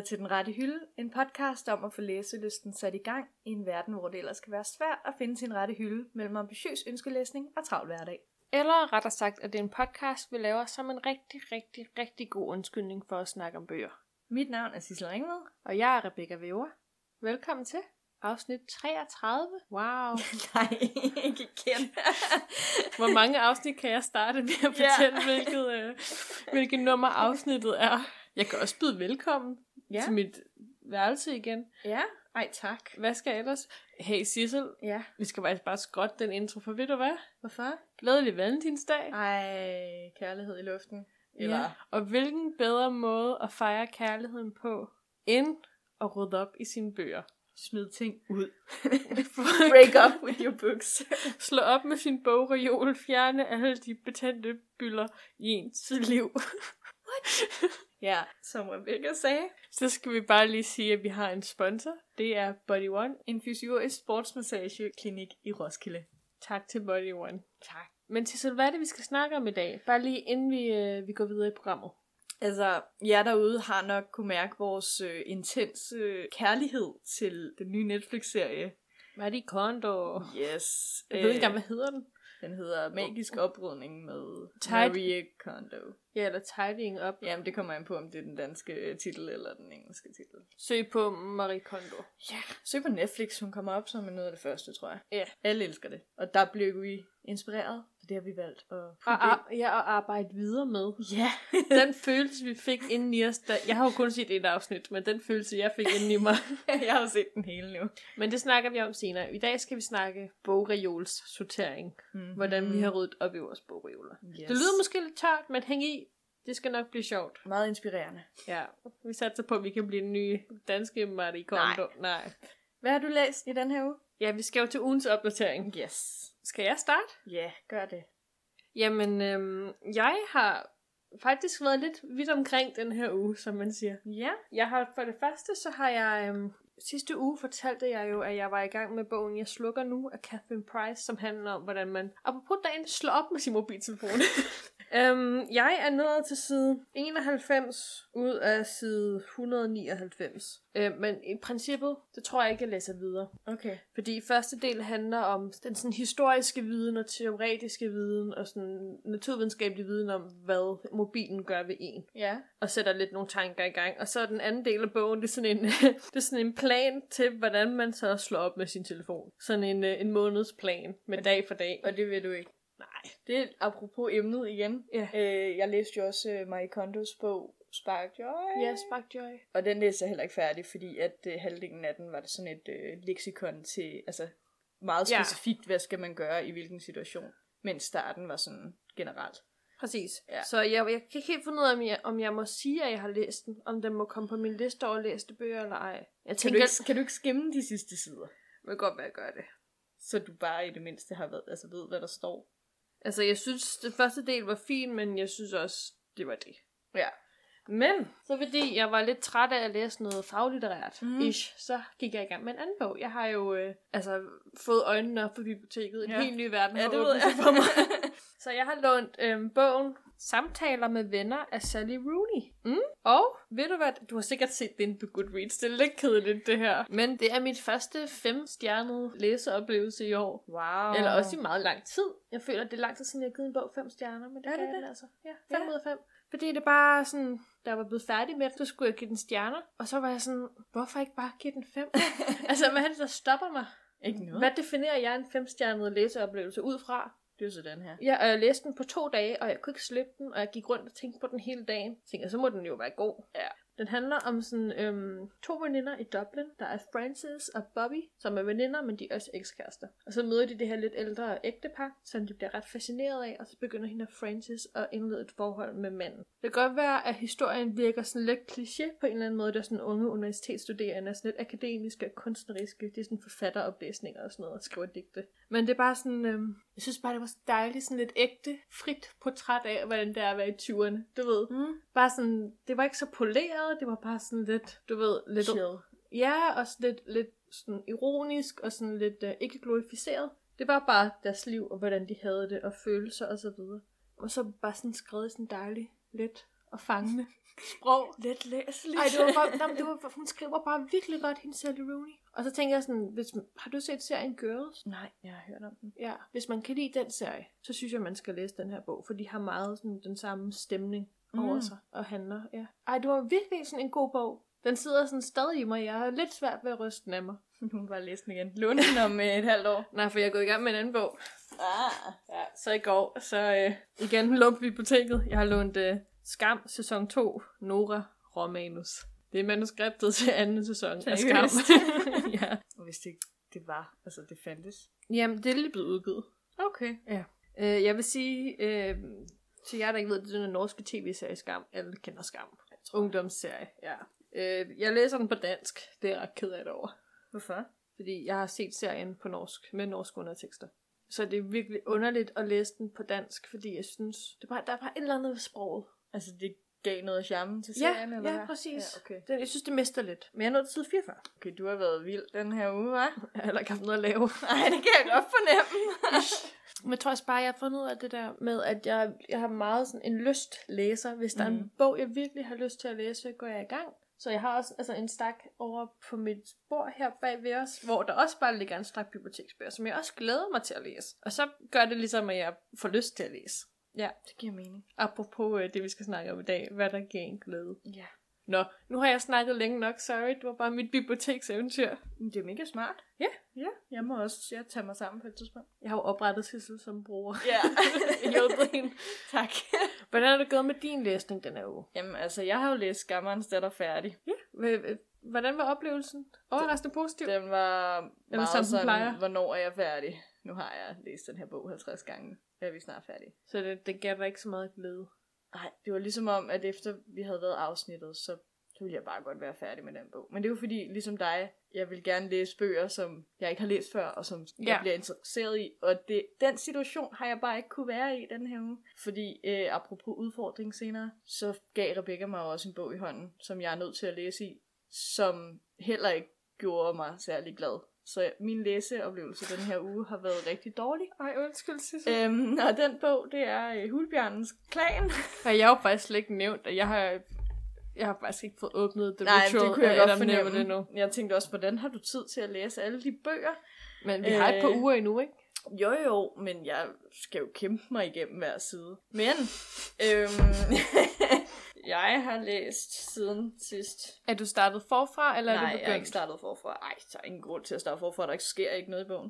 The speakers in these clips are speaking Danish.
lytter til Den Rette Hylde, en podcast om at få læselysten sat i gang i en verden, hvor det ellers kan være svært at finde sin rette hylde mellem ambitiøs ønskelæsning og travl hverdag. Eller rettere sagt, at det er en podcast, vi laver som en rigtig god undskyldning for at snakke om bøger. Mit navn er Sissel Ringved. Og jeg er Rebecca Weber. Velkommen til afsnit 33. Wow. Nej, ikke igen. Hvor mange afsnit kan jeg starte med at fortælle, hvilket nummer afsnittet er? Jeg kan også byde velkommen til mit værelse igen. Ja, ej tak. Hvad skal jeg ellers? Hey Sissel, vi skal faktisk bare skrotte den intro, for ved du hvad? Hvorfor? Glædelig valentinsdag. Ej, kærlighed i luften. Eller... Ja. Og hvilken bedre måde at fejre kærligheden på, end at rydde op i sine bøger. Smid ting ud. Break up with your books. Slå op med sin bogreol. Fjerne alle de betændte bylder i ens liv. What? Ja, som Rebecca sagde. Så skal vi bare lige sige, at vi har en sponsor. Det er Body One. En fysiorisk sportsmassageklinik i Roskilde. Tak til Body One. Tak. Men Sissel, hvad er det, vi skal snakke om i dag? Bare lige inden vi går videre i programmet. Altså, jer derude har nok kunne mærke vores intense kærlighed til den nye Netflix-serie. Marie Kondo. Yes. Jeg ved ikke engang, hvad hedder den? Den hedder Magisk Oprydning med Marie Kondo. Ja, eller Tidying Up. Jamen, det kommer an på, om det er den danske titel eller den engelske titel. Søg på Marie Kondo. Ja, søg på Netflix. Hun kommer op som noget af det første, tror jeg. Ja. Alle elsker det. Og der blev vi inspireret. Så det har vi valgt at at arbejde videre med. Ja. Den følelse, vi fik inden i os, jeg har jo kun set et afsnit, men den følelse, jeg fik inden i mig. Jeg har set den hele nu. Men det snakker vi om senere. I dag skal vi snakke bogreols sortering. Mm-hmm. Hvordan vi har ryddet op i vores bogreoler. Yes. Det lyder måske lidt tørt, men hæng i. Det skal nok blive sjovt. Meget inspirerende. Ja, vi satser på, at vi kan blive den nye danske Marie Kondo. Nej. Hvad har du læst i den her uge? Ja, vi skal jo til ugens opdatering. Yes. Skal jeg starte? Ja, gør det. Jamen, jeg har faktisk været lidt vidt omkring den her uge, som man siger. Ja. Jeg har for det første, så har jeg sidste uge fortalte jeg jo, at jeg var i gang med bogen Jeg slukker nu af Catherine Price, som handler om, hvordan man apropos dagen slår op med sin mobiltelefon. Jeg er nået til side 91 ud af side 199. Men i princippet, det tror jeg ikke, jeg læser videre. Okay. Fordi første del handler om den sådan historiske viden og teoretiske viden og sådan naturvidenskabelig viden om, hvad mobilen gør ved en. Ja. Og sætter lidt nogle tanker i gang. Og så den anden del af bogen, det er sådan en plan til, hvordan man så slår op med sin telefon. Sådan en månedsplan med dag for dag. Og det vil du ikke? Nej. Det er apropos emnet igen. Ja. Jeg læste jo også Marie Kondos bog Spark Joy. Ja, Spark Joy. Og den læste jeg heller ikke færdig, fordi at halvdelen af den var det sådan et leksikon til, altså meget specifikt, hvad skal man gøre i hvilken situation. Mens starten var sådan generelt. Præcis. Ja. Så jeg kan ikke helt finde ud af, om jeg må sige, at jeg har læst den. Om den må komme på min liste over læste bøger eller ej. Kan du ikke skimme de sidste sider? Det vil godt være, at gøre det. Så du bare i det mindste har ved, hvad der står. Altså, jeg synes, den første del var fin, men jeg synes også, det var det. Ja. Men, så fordi jeg var lidt træt af at læse noget faglitterært, så gik jeg i gang med en anden bog. Jeg har jo fået øjnene op på biblioteket. En helt ny verden har åbnet sig for mig. Så jeg har lånt bogen Samtaler med venner af Sally Rooney. Og ved du hvad, du har sikkert set den på Goodreads. Det er lidt kedeligt det her. Men det er mit første 5-stjernede læseoplevelse i år. Wow. Eller også i meget lang tid. Jeg føler, at det er lang tid siden, jeg har givet en bog 5 stjerner. Men det er det altså. Ja, 5 ud af 5. Fordi det bare sådan, da jeg var blevet færdig med det, så skulle jeg give den stjerner. Og så var jeg sådan, hvorfor ikke bare give den 5? Altså, hvad er det, der stopper mig? Ikke noget. Hvad definerer jeg en 5-stjernet læseoplevelse ud fra? Det er jo sådan her. Ja, og jeg læste den på 2 dage, og jeg kunne ikke slippe den, og jeg gik rundt og tænkte på den hele dagen. Jeg tænkte, så må den jo være god. Ja. Den handler om sådan 2 veninder i Dublin. Der er Frances og Bobby, som er veninder, men de er også ekskærester. Og så møder de det her lidt ældre ægtepar, som de bliver ret fascineret af, og så begynder hende Frances at indlede et forhold med manden. Det kan godt være, at historien virker sådan lidt kliché på en eller anden måde. Der er sådan unge universitetsstuderende, sådan lidt akademiske og kunstneriske. Det er sådan forfatteroplæsninger og sådan noget, og skriver digte. Men det er bare sådan, jeg synes bare, det var så dejligt, sådan lidt ægte, frit portræt af, hvordan det er at være i 20'erne, du ved. Bare sådan, det var ikke så poleret, det var bare sådan lidt, du ved, lidt chill. Ja, og lidt sådan ironisk, og sådan lidt ikke glorificeret. Det var bare deres liv, og hvordan de havde det, og følelser og så videre. Og så bare sådan skrevet sådan dejligt, let og fangende sprog. Let læseligt. Ej, hun skriver bare virkelig godt, hende Sally Rooney. Og så tænker jeg sådan, har du set serien Girls? Nej, jeg har hørt om den. Ja, hvis man kan lide den serie, så synes jeg, man skal læse den her bog, for de har meget sådan den samme stemning over sig og handler. Ja. Ej, det var virkelig sådan en god bog. Den sidder sådan stadig i mig. Jeg har lidt svært ved at ryste den af mig. Nu bare læse den igen. Låne den om et halvt år. Nej, for jeg er gået i gang med en anden bog. Ja, så i går, så igen lånt biblioteket. Jeg har lånt Skam, sæson 2, Nora Romanus. Det er manuskriptet til anden sæson af Skam. Ja. Og hvis det var, altså det fandtes. Jamen, det er lige blevet udgivet. Okay. Ja. Jeg vil sige, til jer, der ikke ved, det er den norske tv-serie Skam. Alle kender Skam. Ungdomsserie, ja. Jeg læser den på dansk. Det er jeg ret ked af det over. Hvorfor? Fordi jeg har set serien på norsk, med norske undertekster. Så det er virkelig underligt at læse den på dansk, fordi jeg synes, der er bare et eller andet ved sproget. Altså det gav noget charme til serien, eller ja, hvad? præcis. Ja, okay. Jeg synes, det mister lidt. Men jeg er nået til side 44. Okay, du har været vild den her uge, hva'? Jeg har heller ikke haft noget at lave. Nej, det kan jeg godt fornemme. Men jeg tror også bare, jeg har fundet ud af det der med, at jeg har meget sådan en lyst læser. Hvis der er en bog, jeg virkelig har lyst til at læse, så går jeg i gang. Så jeg har også en stak over på mit bord her bag ved os, hvor der også bare ligger en stak biblioteksbøger, som jeg også glæder mig til at læse. Og så gør det ligesom, at jeg får lyst til at læse. Ja, det giver mening. Apropos det, vi skal snakke om i dag. Hvad der giver en glæde. Ja. Nå, nu har jeg snakket længe nok. Sorry, det var bare mit bibliotekseventyr. Det er mega smart. Ja. Ja, jeg må også tage mig sammen på et tidspunkt. Jeg har jo oprettet Sissel som bruger. Ja. Hjulpet hende. Tak. Hvordan er det gået med din læsning den her uge? Jamen, altså, jeg har jo læst Skammerens datter færdig. Ja. Hvordan var oplevelsen? Overraskende positiv? Den var meget som sådan, plejer. hvornår er jeg færdig? Nu har jeg læst den her bog 50 gange. Er vi snart færdige. Så det gav dig ikke så meget glæde? Nej, det var ligesom om, at efter vi havde været afsnittet, så ville jeg bare godt være færdig med den bog. Men det er jo fordi, ligesom dig, jeg vil gerne læse bøger, som jeg ikke har læst før, og som jeg bliver interesseret i. Og den situation har jeg bare ikke kunne være i den her uge. Fordi, apropos udfordring senere, så gav Rebecca mig også en bog i hånden, som jeg er nødt til at læse i, som heller ikke gjorde mig særlig glad. Så min læseoplevelse den her uge har været rigtig dårlig. Ej, undskyld, Sissel. Og den bog, det er Hulbjørnens Klan. Og jeg har jo faktisk slet ikke nævnt, at jeg har faktisk ikke fået åbnet The Ritual. Nej, det kunne jeg godt fornemme. Det nu. Jeg tænkte også, hvordan har du tid til at læse alle de bøger? Men vi har et par uger endnu, ikke? Jo, men jeg skal jo kæmpe mig igennem hver side. Men, jeg har læst siden sidst. Er du startet forfra, eller er du begyndt? Nej, jeg er ikke startet forfra. Ej, der er ingen grund til at starte forfra. Der sker ikke noget i bogen.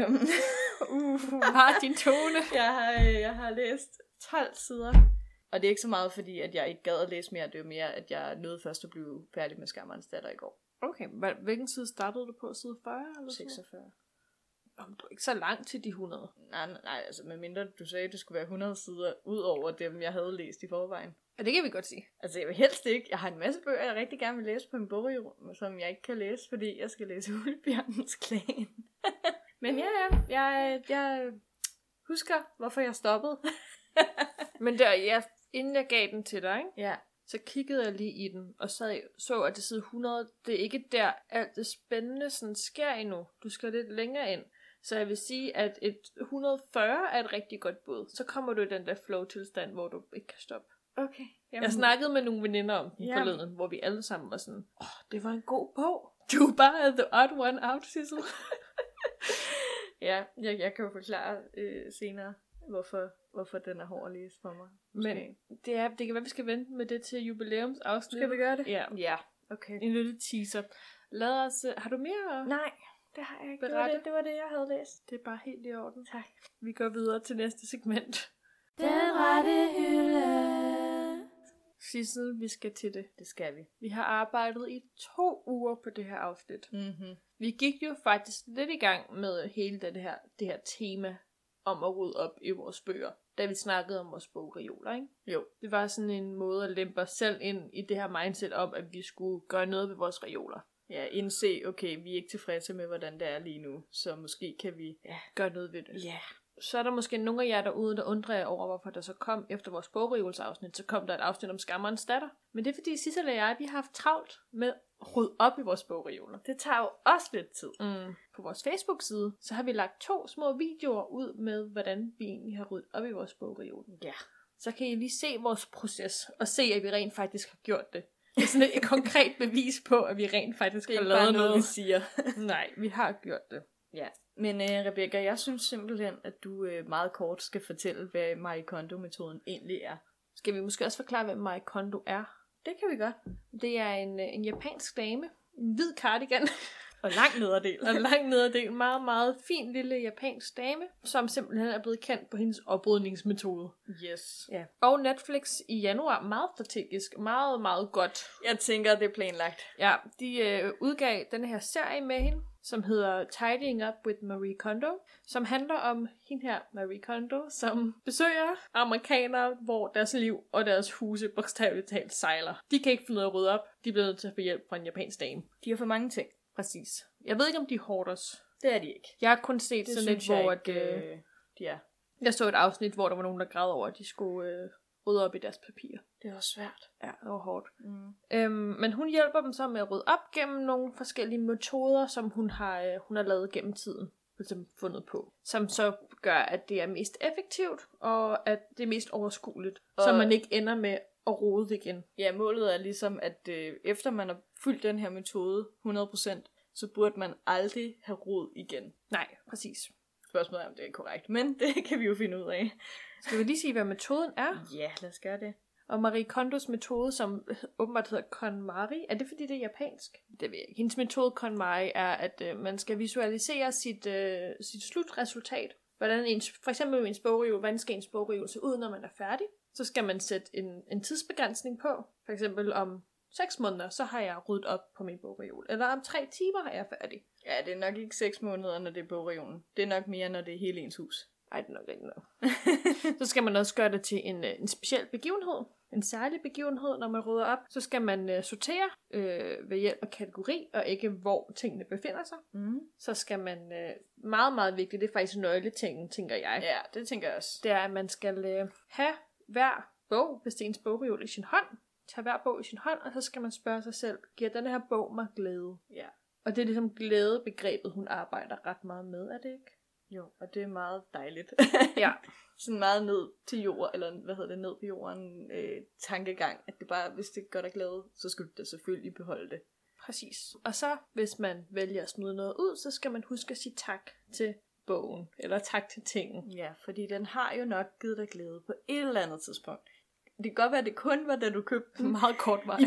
Har din tone. Jeg har læst 12 sider. Og det er ikke så meget, fordi at jeg ikke gad at læse mere. Det er mere, at jeg nåede først at blive færdig med Skammerens datter i går. Okay, hvilken side startede du på? Side 40? Eller 46. Om du er ikke så langt til de 100. Nej, altså medmindre du sagde, at det skulle være 100 sider ud over dem, jeg havde læst i forvejen. Ja, det kan vi godt sige. Altså jeg vil helst ikke. Jeg har en masse bøger, jeg rigtig gerne vil læse på min bogreol, som jeg ikke kan læse, fordi jeg skal læse Hulbjørnens Klan. Men jeg husker, hvorfor jeg stoppede. Men inden jeg gav den til dig, ikke? Ja. Så kiggede jeg lige i den, og så at det side 100, det er ikke der alt det spændende sådan sker endnu. Du skal lidt længere ind. Så jeg vil sige, at et 140 er et rigtig godt bud. Så kommer du i den der flow-tilstand, hvor du ikke kan stoppe. Okay. Jamen. Jeg snakkede med nogle veninder om den forleden, hvor vi alle sammen var sådan, det var en god bog. Du er bare the odd one out, Sissel. Ja, jeg kan jo forklare senere, hvorfor den er hård at læse for mig. Måske. Men det kan være, vi skal vente med det til jubilæumsafsnit. Skal vi gøre det? Ja. Okay. En lille teaser. Lad os... Har du mere? Nej, det har jeg ikke. Det var det, jeg havde læst. Det er bare helt i orden. Tak. Vi går videre til næste segment. Den rette hylde. Sissel, vi skal til det. Det skal vi. Vi har arbejdet i 2 uger på det her afsnit. Mm-hmm. Vi gik jo faktisk lidt i gang med hele det her tema om at rydde op i vores bøger, da vi snakkede om vores bogreoler, ikke? Jo. Det var sådan en måde at lempe os selv ind i det her mindset om, at vi skulle gøre noget ved vores reoler. Ja, indse, okay, vi er ikke tilfredse med, hvordan det er lige nu, så måske kan vi gøre noget ved det. Ja. Så er der måske nogle af jer derude, der undrer jer over, hvorfor der så kom efter vores bogreolsafsnit, så kom der et afsnit om Skammerens datter. Men det er fordi Sissel og jeg, vi har haft travlt med at rydde op i vores bogreoler. Det tager jo også lidt tid. På vores Facebook-side, så har vi lagt 2 små videoer ud med, hvordan vi egentlig har ryddet op i vores bogreoler. Ja. så kan I lige se vores proces, og se, at vi rent faktisk har gjort det. Det er sådan et konkret bevis på, at vi rent faktisk har lavet noget. Vi siger. Nej, vi har gjort det. Ja, men Rebecca, jeg synes simpelthen, at du meget kort skal fortælle, hvad Marie Kondo-metoden egentlig er. Skal vi måske også forklare, hvad Marie Kondo er? Det kan vi godt. Det er en japansk dame, en hvid cardigan. Og lang nederdel. Og lang nederdel. Meget, meget fin lille japansk dame, som simpelthen er blevet kendt på hendes oprydningsmetode. Yes. Ja. Og Netflix i januar, meget strategisk, meget, meget godt. Jeg tænker, det er planlagt. Ja, de udgav den her serie med hende, som hedder Tidying Up with Marie Kondo, som handler om hende her, Marie Kondo, som besøger amerikanere, hvor deres liv og deres huse bogstaveligt talt sejler. De kan ikke finde ud af at rydde op, de bliver nødt til at få hjælp fra en japansk dame. De har for mange ting. Præcis. Jeg ved ikke, om de er hoarders. Det er de ikke. Jeg har kun set det sådan lidt, hvor de er. Jeg så et afsnit, hvor der var nogen, der græd over, at de skulle rydde op i deres papirer. Det var svært. Ja, det var hårdt. Men hun hjælper dem så med at rydde op gennem nogle forskellige metoder, som hun har lavet gennem tiden. Ligesom fundet på. Som så gør, at det er mest effektivt, og at det er mest overskueligt. Så man ikke ender med at rode igen. Ja, målet er ligesom, at efter man har fulgt den her metode 100%, så burde man aldrig have rod igen. Nej, præcis. Spørgsmålet er, om det er korrekt, men det kan vi jo finde ud af. Skal vi lige sige, hvad metoden er? Ja, lad os gøre det. Og Marie Kondos metode, som åbenbart hedder KonMari, er det fordi det er japansk? Det ved jeg ikke. Hendes metode KonMari er, at man skal visualisere sit slutresultat. For eksempel med ens bogreol, hvordan skal ens bogreol se ud, når man er færdig? Så skal man sætte en tidsbegrænsning på. For eksempel om 6 måneder, så har jeg ryddet op på min bogreol. Eller om 3 timer er jeg færdig. Ja, det er nok ikke 6 måneder, når det er bogreolen. Det er nok mere, når det er hele ens hus. Ej, det er nok ikke noget. Så skal man også gøre det til en speciel begivenhed. En særlig begivenhed, når man rydder op. Så skal man sortere ved hjælp af kategori, og ikke hvor tingene befinder sig. Så skal man, meget, meget vigtigt, det er faktisk nøgletingen, tænker jeg. Ja, det tænker jeg også. Det er, at man skal have hver bog, hvis det er ens bogreol, i sin hånd. Tag hver bog i sin hånd, og så skal man spørge sig selv, giver denne her bog mig glæde? Ja. Og det er ligesom glædebegrebet, hun arbejder ret meget med, er det ikke? Jo, og det er meget dejligt. Ja. Sådan meget ned til jord, eller ned på jorden tankegang, at det bare, hvis det gør dig glæde, så skal du da selvfølgelig beholde det. Præcis. Og så, hvis man vælger at smide noget ud, så skal man huske at sige tak til bogen, eller tak til tingen. Ja, fordi den har jo nok givet dig glæde på et eller andet tidspunkt. Det kan godt være, at det kun var, da du købte den meget kort vej.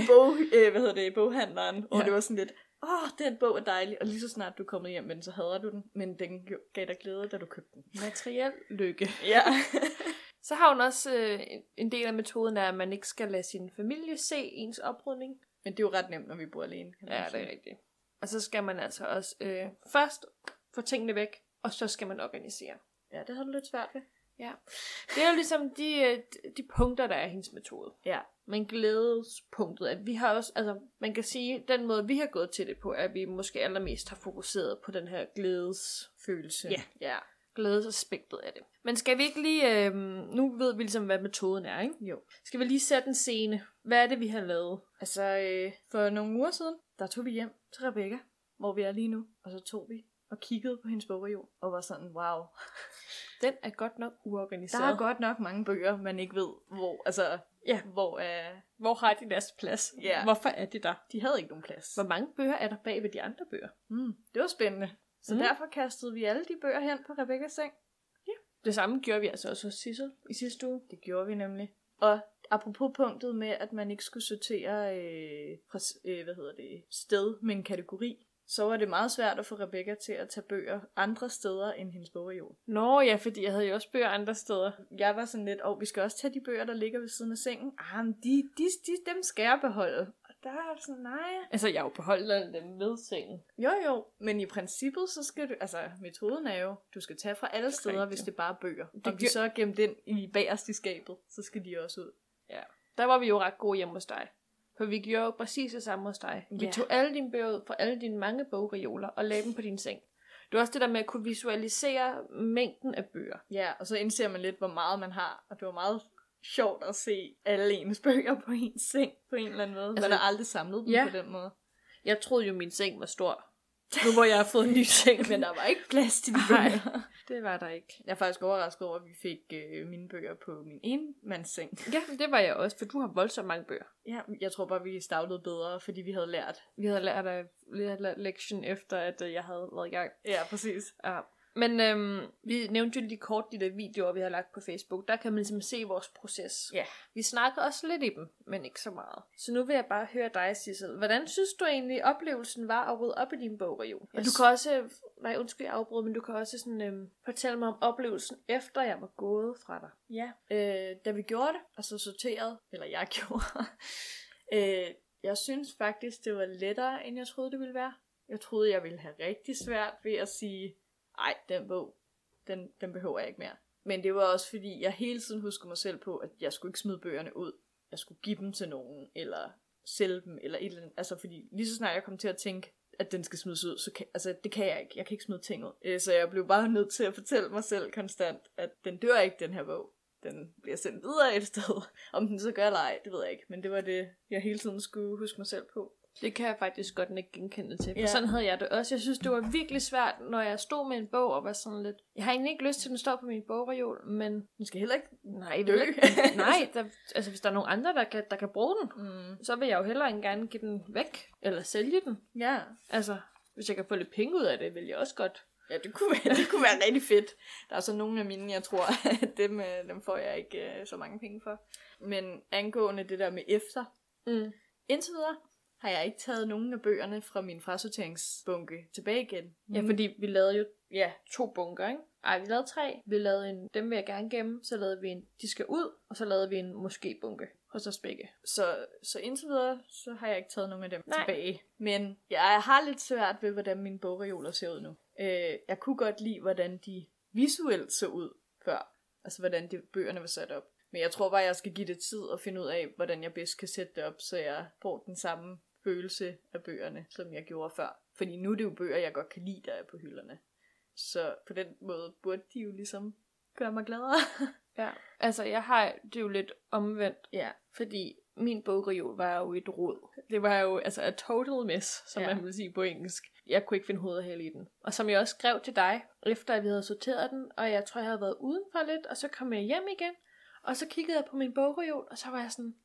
I boghandleren, og det var sådan lidt, den bog er dejlig, og lige så snart du er kommet hjem med den, så hader du den, men den gav dig glæde, da du købte den. Materiel lykke. Ja. Så har hun også en del af metoden, er, at man ikke skal lade sin familie se ens oprydning. Men det er jo ret nemt, når vi bor alene. Ja, det er rigtigt. Og så skal man altså også først få tingene væk, og så skal man organisere. Ja, det har du lidt svært ved. Ja, det er jo ligesom de punkter, der er i hendes metode. Ja. Men glædespunktet, at vi har også, altså man kan sige, den måde vi har gået til det på, er at vi måske allermest har fokuseret på den her glædesfølelse. Ja. Glædesaspektet af det. Men skal vi ikke lige, nu ved vi ligesom, hvad metoden er, ikke? Jo. Skal vi lige sætte en scene? Hvad er det, vi har lavet? Altså, for nogle uger siden, der tog vi hjem til Rebecca, hvor vi er lige nu, og så tog vi og kiggede på hendes bogreol, og var sådan, wow. Den er godt nok uorganiseret. Der er godt nok mange bøger, man ikke ved, hvor, altså, hvor har de deres plads? Ja. Hvorfor er de der? De havde ikke nogen plads. Hvor mange bøger er der bag ved de andre bøger? Det var spændende. Så derfor kastede vi alle de bøger hen på Rebeccas seng. Ja. Det samme gjorde vi altså også hos Sissel i sidste uge. Det gjorde vi nemlig. Og apropos punktet med, at man ikke skulle sortere sted med en kategori, så var det meget svært at få Rebecca til at tage bøger andre steder end hendes bogreol. Nå ja, fordi jeg havde jo også bøger andre steder. Jeg var sådan lidt, vi skal også tage de bøger, der ligger ved siden af sengen. Men dem skal jeg beholde. Og der er sådan, nej. Altså, jeg jo beholder dem med sengen. Jo, men i princippet, så skal du, altså metoden er jo, du skal tage fra alle steder, hvis det bare er bøger. Om de så er gemt ind i bagerst i skabet, så skal de også ud. Ja, der var vi jo ret gode hjemme hos dig. For vi gjorde jo præcis det samme hos dig. Vi tog alle dine bøger ud fra alle dine mange bogreoler og lagde dem på din seng. Det var også det der med at kunne visualisere mængden af bøger. Ja, og så indser man lidt, hvor meget man har. Og det var meget sjovt at se alle ens bøger på ens seng på en eller anden måde. Altså, man har aldrig samlet dem på den måde. Jeg troede jo, min seng var stor. Nu hvor jeg har fået en ny seng. Men der var ikke plads til de bøger. Det var der ikke. Jeg er faktisk overrasket over, at vi fik mine bøger på min enmandsseng. Ja, det var jeg også, for du har voldsomt mange bøger. Ja, jeg tror bare, vi startede bedre, fordi vi havde lært. Vi havde lært lektion efter, at jeg havde været i gang. Ja, præcis. Ja. Men vi nævnte jo lige kort de der videoer, vi har lagt på Facebook. Der kan man ligesom se vores proces. Ja. Vi snakker også lidt i dem, men ikke så meget. Så nu vil jeg bare høre dig, Sissel. Hvordan synes du egentlig, oplevelsen var at rydde op i din bogreol? Yes. Og du kan også, undskyld jeg afbryder, men du kan også sådan, fortælle mig om oplevelsen, efter jeg var gået fra dig. Ja, da vi gjorde det, altså sorterede, eller jeg gjorde, jeg synes faktisk, det var lettere, end jeg troede, det ville være. Jeg troede, jeg ville have rigtig svært ved at sige, ej, den bog, den behøver jeg ikke mere. Men det var også fordi, jeg hele tiden huskede mig selv på, at jeg skulle ikke smide bøgerne ud. Jeg skulle give dem til nogen, eller sælge dem, eller et eller andet. Altså fordi lige så snart jeg kom til at tænke, at den skal smides ud, så det kan jeg ikke. Jeg kan ikke smide ting ud. Så jeg blev bare nødt til at fortælle mig selv konstant, at den dør ikke, den her bog. Den bliver sendt videre et sted. Om den så gør eller ej, det ved jeg ikke. Men det var det, jeg hele tiden skulle huske mig selv på. Det kan jeg faktisk godt ikke genkende til. For sådan havde jeg det også. Jeg synes, det var virkelig svært, når jeg stod med en bog og var sådan lidt... Jeg har egentlig ikke lyst til, at den står på min bogreol, men... Den skal heller ikke dø. Nej, hvis der er nogen andre, der kan bruge den, så vil jeg jo hellere end gerne give den væk. Eller sælge den. Ja. Altså, hvis jeg kan få lidt penge ud af det, vil jeg også godt. Ja, det kunne være rigtig fedt. Der er så nogle af mine, jeg tror, at dem får jeg ikke så mange penge for. Men angående det der med efter, indtil videre har jeg ikke taget nogen af bøgerne fra min frasorteringsbunke tilbage igen. Ja, fordi vi lavede jo 2 bunker, ikke? Ej, vi lavede 3. Vi lavede en, dem vil jeg gerne gemme, så lavede vi en, de skal ud, og så lavede vi en måske-bunke hos os begge. Så indtil videre, så har jeg ikke taget nogen af dem tilbage. Men jeg har lidt svært ved, hvordan mine bogreoler ser ud nu. Jeg kunne godt lide, hvordan de visuelt så ud før. Altså, hvordan bøgerne var sat op. Men jeg tror bare, jeg skal give det tid og finde ud af, hvordan jeg bedst kan sætte det op, så jeg får den samme følelse af bøgerne, som jeg gjorde før. Fordi nu er det jo bøger, jeg godt kan lide, der er på hylderne. Så på den måde burde de jo ligesom gøre mig gladere. Ja, altså jeg har det jo lidt omvendt. Ja. Fordi min bogreol var jo et rod. Det var jo altså a total mess, som man vil sige på engelsk. Jeg kunne ikke finde hoved og hale i den. Og som jeg også skrev til dig, efter at vi havde sorteret den, og jeg tror, jeg havde været udenfor lidt, og så kom jeg hjem igen, og så kiggede jeg på min bogreol, og så var jeg sådan,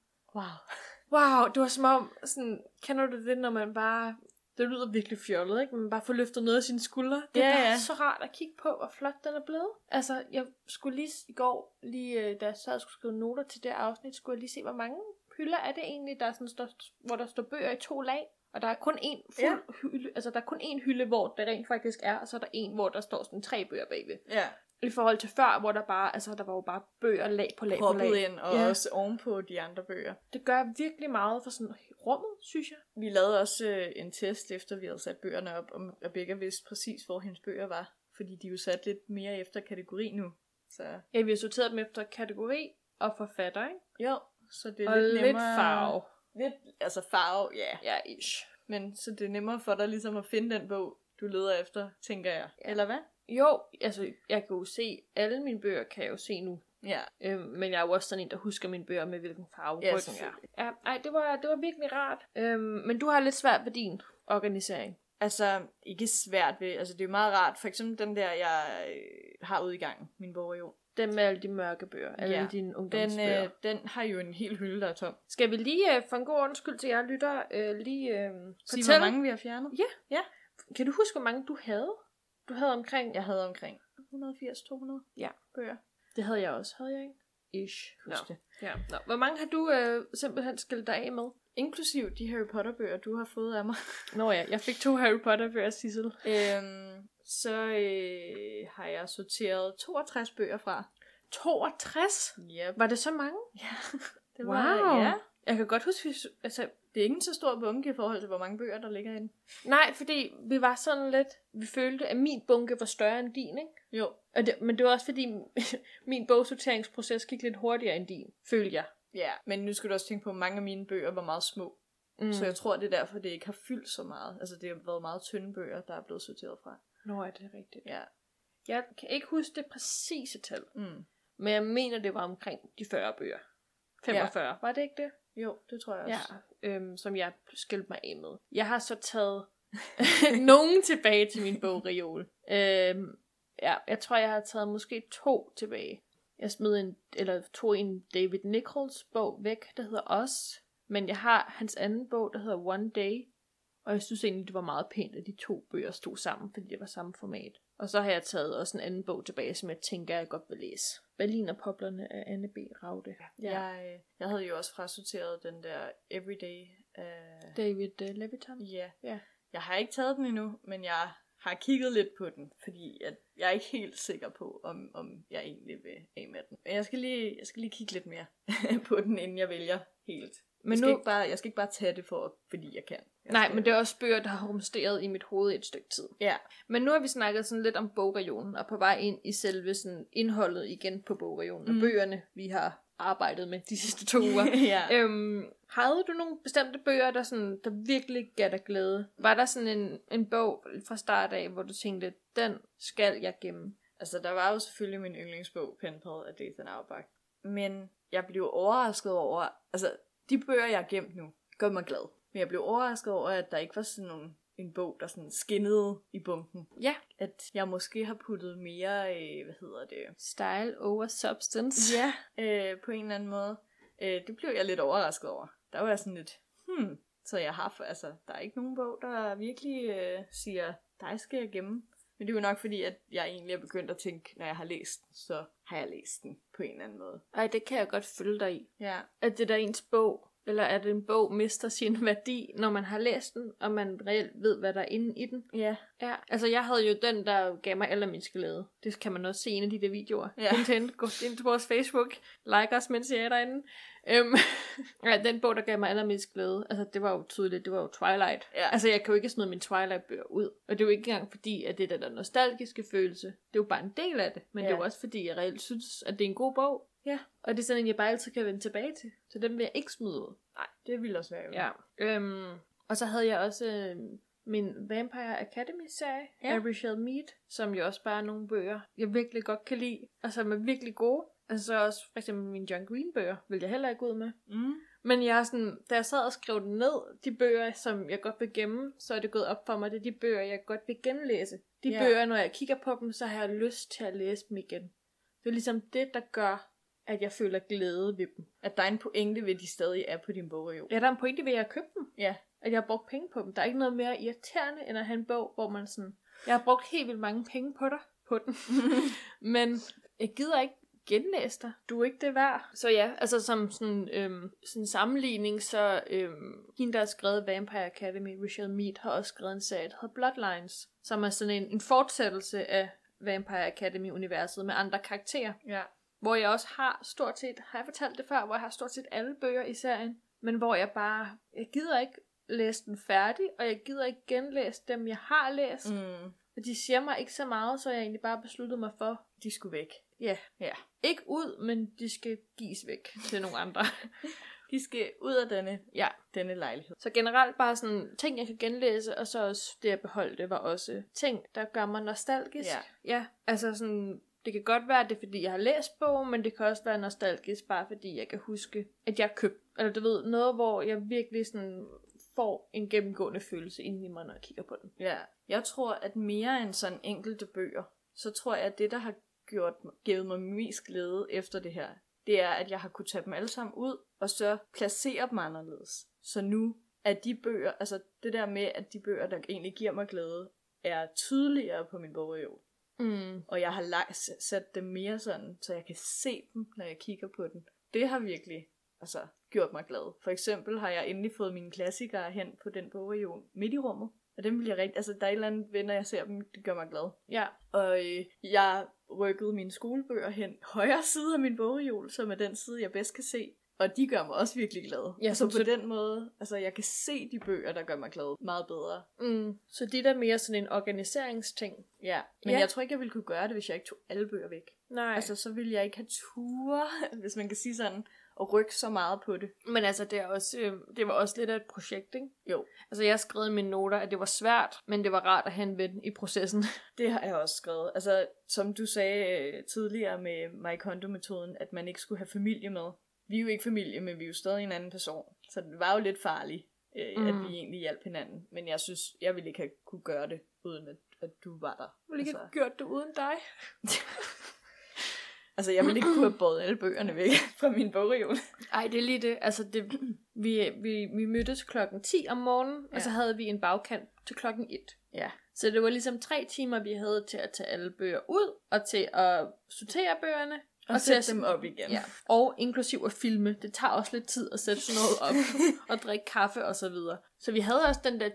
wow, det var som om, sådan, kender du det, når man bare, det lyder virkelig fjollet, ikke? Man bare får løftet noget af sine skuldre. Det er bare så rart at kigge på, hvor flot den er blevet. Altså, jeg skulle lige i går, da jeg sad og skulle skrive noter til det afsnit, skulle jeg lige se, hvor mange hylder er det egentlig, der sådan hvor der står bøger i 2 lag. Og der er kun én hylde, altså der er kun én hylde, hvor der rent faktisk er, og så er der en, hvor der står sådan 3 bøger bagved. Ja. I forhold til før, hvor der bare, altså der var jo bare bøger lag på lag på lag. Ind, og også ovenpå de andre bøger. Det gør virkelig meget for sådan rummet, synes jeg. Vi lavede også en test, efter vi havde sat bøgerne op, og Rebecca vidste præcis, hvor hendes bøger var. Fordi de er jo sat lidt mere efter kategori nu. Så. Ja, vi har sorteret dem efter kategori og forfatter, ikke? Jo, så det er og lidt nemmere. lidt farve. Lidt, altså farve, Ja, ish. Men så det er nemmere for dig ligesom at finde den bog, du leder efter, tænker jeg. Ja. Eller hvad? Jo, altså jeg kan jo se, alle mine bøger kan jeg jo se nu. Ja. Men jeg er jo også sådan en, der husker mine bøger med, hvilken farve ryggen er. Ja, ej, det var virkelig rart. Men du har lidt svært ved din organisering. Altså, ikke svært ved, altså det er jo meget rart. For eksempel den der, jeg har ude i gang, min bogreol. Den med alle de mørke bøger, alle dine ungdomsbøger. Den har jo en hel hylde, der er tom. Skal vi lige, for en god undskyld til jer lytter, sige, hvor mange vi har fjernet? Ja. Kan du huske, hvor mange du havde? Du havde omkring... Jeg havde omkring 180-200 bøger. Det havde jeg også, havde jeg ikke? Ish. Husk det. Ja. Nå. Hvor mange har du simpelthen skilt dig af med? Inklusiv de Harry Potter bøger, du har fået af mig. Nå ja, jeg fik 2 Harry Potter bøger, Sissel. Så har jeg sorteret 62 bøger fra. 62? Yep. Var det så mange? Ja. Det var, ja. Jeg kan godt huske, altså... Det er ikke en så stor bunke i forhold til, hvor mange bøger, der ligger inde. Nej, fordi vi var sådan lidt... Vi følte, at min bunke var større end din, ikke? Jo. Men det var også fordi, min bogsorteringsproces gik lidt hurtigere end din, følte jeg. Ja, men nu skal du også tænke på, at mange af mine bøger var meget små. Så jeg tror, det er derfor, det ikke har fyldt så meget. Altså, det har været meget tynde bøger, der er blevet sorteret fra. Nå, er det rigtigt? Ja. Jeg kan ikke huske det præcise tal. Men jeg mener, det var omkring de 40 bøger. 45, var det ikke det? Jo, det tror jeg også. Ja, som jeg skilte mig af med. Jeg har så taget Nogen tilbage til min bogreol. Ja, jeg tror, jeg har taget måske 2 tilbage. Jeg smed tog en David Nichols bog væk, der hedder Os. Men jeg har hans anden bog, der hedder One Day. Og jeg synes egentlig, det var meget pænt, at de 2 bøger stod sammen, fordi det var samme format. Og så har jeg taget også en anden bog tilbage, som jeg tænker, jeg godt vil læse. Berlinerpoplerne af Anne B. Raude. Ja. Jeg havde jo også frasorteret den der Everyday af David Levitan. Ja. Jeg har ikke taget den endnu, men jeg har kigget lidt på den, fordi jeg er ikke helt sikker på, om jeg egentlig vil af med den. Men jeg skal lige kigge lidt mere på den, inden jeg vælger helt. Men jeg skal ikke bare tage det fordi jeg kan. Men det er også bøger, der har rumsteret i mit hoved et stykke tid. Ja. Men nu har vi snakket sådan lidt om bogregionen, og på vej ind i selve sådan indholdet igen på bogregionen, og bøgerne, vi har arbejdet med de sidste 2 uger. Ja. Havde du nogle bestemte bøger, der virkelig gav dig glæde? Var der sådan en bog fra start af, hvor du tænkte, den skal jeg gemme? Altså, der var jo selvfølgelig min yndlingsbog, Penpal af Dathan Auerbach. Men jeg blev overrasket over, altså, de bøger, jeg har gemt nu, gør mig glad. Men jeg blev overrasket over, at der ikke var sådan en bog, der sådan skinnede i bunken. Ja. At jeg måske har puttet mere, style over substance. Ja, på en eller anden måde. Det blev jeg lidt overrasket over. Der var jeg sådan lidt, så jeg har, altså, der er ikke nogen bog, der virkelig siger, dig skal jeg gemme. Men det er jo nok fordi, at jeg egentlig er begyndt at tænke, når jeg har læst den, så har jeg læst den på en eller anden måde. Ej, det kan jeg godt følge dig i. Ja. At det der ens bog, eller at en bog mister sin værdi, når man har læst den, og man reelt ved, hvad der er inde i den. Ja. Ja. Altså, jeg havde jo den, der gav mig allermest glæde. Det kan man også se i en af de der videoer. Ja. Gå ind på vores Facebook. Like os, mens jeg er derinde. Ja, den bog, der gav mig allermest glæde, altså det var jo tydeligt, det var jo Twilight. Ja. Altså, jeg kan jo ikke smide min Twilight-bøger ud. Og det er jo ikke engang fordi, at det er den der nostalgiske følelse. Det er jo bare en del af det. Men det er jo også fordi, jeg reelt synes, at det er en god bog. Ja. Og det er sådan en, jeg bare altid kan vende tilbage til. Så den vil jeg ikke smide ud. Nej, det ville også være jo. Ja. Og så havde jeg også min Vampire Academy-serie af Richelle Mead, som jo også bare er nogle bøger, jeg virkelig godt kan lide, og som er virkelig gode. Altså så også for eksempel mine John Green-bøger, vil jeg heller ikke ud med. Men jeg er sådan, da jeg sad og skrev den ned, de bøger, som jeg godt vil gemme, så er det gået op for mig, det er de bøger, jeg godt vil genlæse. De bøger, når jeg kigger på dem, så har jeg lyst til at læse dem igen. Det er ligesom det, der gør, at jeg føler glæde ved dem. At der er en pointe ved, at de stadig er på din bogreol. Ja, der er en pointe ved, at jeg har købt dem. Ja. At jeg har brugt penge på dem. Der er ikke noget mere irriterende, end at have en bog, hvor man sådan, jeg har brugt helt vildt mange penge på den. Men jeg gider ikke genlæse dig. Du er ikke det værd. Så ja, altså som sådan sammenligning, så hende, der har skrevet Vampire Academy, Richelle Mead, har også skrevet en serie, der hedder Bloodlines, som er sådan en fortsættelse af Vampire Academy-universet med andre karakterer. Ja. Hvor jeg også har jeg fortalt det før, hvor jeg har stort set alle bøger i serien, men hvor jeg gider ikke læse den færdig, og jeg gider ikke genlæse dem, jeg har læst. Og de siger mig ikke så meget, så jeg egentlig bare besluttede mig for, de skulle væk. Ja. Ikke ud, men de skal gives væk til nogle andre. De skal ud af denne lejlighed. Så generelt bare sådan ting, jeg kan genlæse, og så også det, jeg beholdte, var også ting, der gør mig nostalgisk. Ja, altså sådan, det kan godt være, at det er, fordi jeg har læst bogen, men det kan også være nostalgisk, bare fordi jeg kan huske, at jeg købte, eller du ved, noget, hvor jeg virkelig sådan får en gennemgående følelse inden i mig, når jeg kigger på den. Ja, jeg tror, at mere end sådan enkelte bøger, så tror jeg, at det, der har givet mig mest glæde efter det her, det er, at jeg har kunne tage dem alle sammen ud, og så placere dem anderledes. Så nu er de bøger, altså det der med, at de bøger, der egentlig giver mig glæde, er tydeligere på min bogreol. Og jeg har sat dem mere sådan, så jeg kan se dem, når jeg kigger på den. Det har virkelig gjort mig glad. For eksempel har jeg endelig fået mine klassikere hen på den bogreol midt i rummet. Og dem vil jeg rigtig, der er et eller andet ved, når jeg ser dem, det gør mig glad. Ja. Og jeg rykkede mine skolebøger hen højre side af min bogreol, som er den side, jeg bedst kan se. Og de gør mig også virkelig glad. Ja, så på den måde, jeg kan se de bøger, der gør mig glad meget bedre. Så de der mere sådan en organiseringsting. Ja, men jeg tror ikke, jeg ville kunne gøre det, hvis jeg ikke tog alle bøger væk. Nej. Så ville jeg ikke have ture, hvis man kan sige sådan, og rykke så meget på det. Men det var også lidt af et projekt, ikke? Jo. Altså jeg skrev i mine noter, at det var svært, men det var rart at have en ven i processen. Det har jeg også skrevet. Som du sagde tidligere med Marie Kondo-metoden, at man ikke skulle have familie med. Vi er jo ikke familie, men vi er jo stadig en anden person. Så det var jo lidt farligt at vi egentlig hjalp hinanden. Men jeg synes, jeg ville ikke have kunne gøre det, uden at du var der. Jeg ville ikke have gjort det uden dig. Altså, jeg ville ikke kunne have båret alle bøgerne væk fra min bogreol. Ej, det er lige det. Altså, vi mødtes 10:00 om morgenen, og så havde vi en bagkant til 1:00. Ja. Så det var ligesom 3 timer, vi havde til at tage alle bøger ud, og til at sortere bøgerne. Og sætte dem op igen. Ja. Og inklusiv at filme. Det tager også lidt tid at sætte sådan noget op, og drikke kaffe og så videre. Så vi havde også den der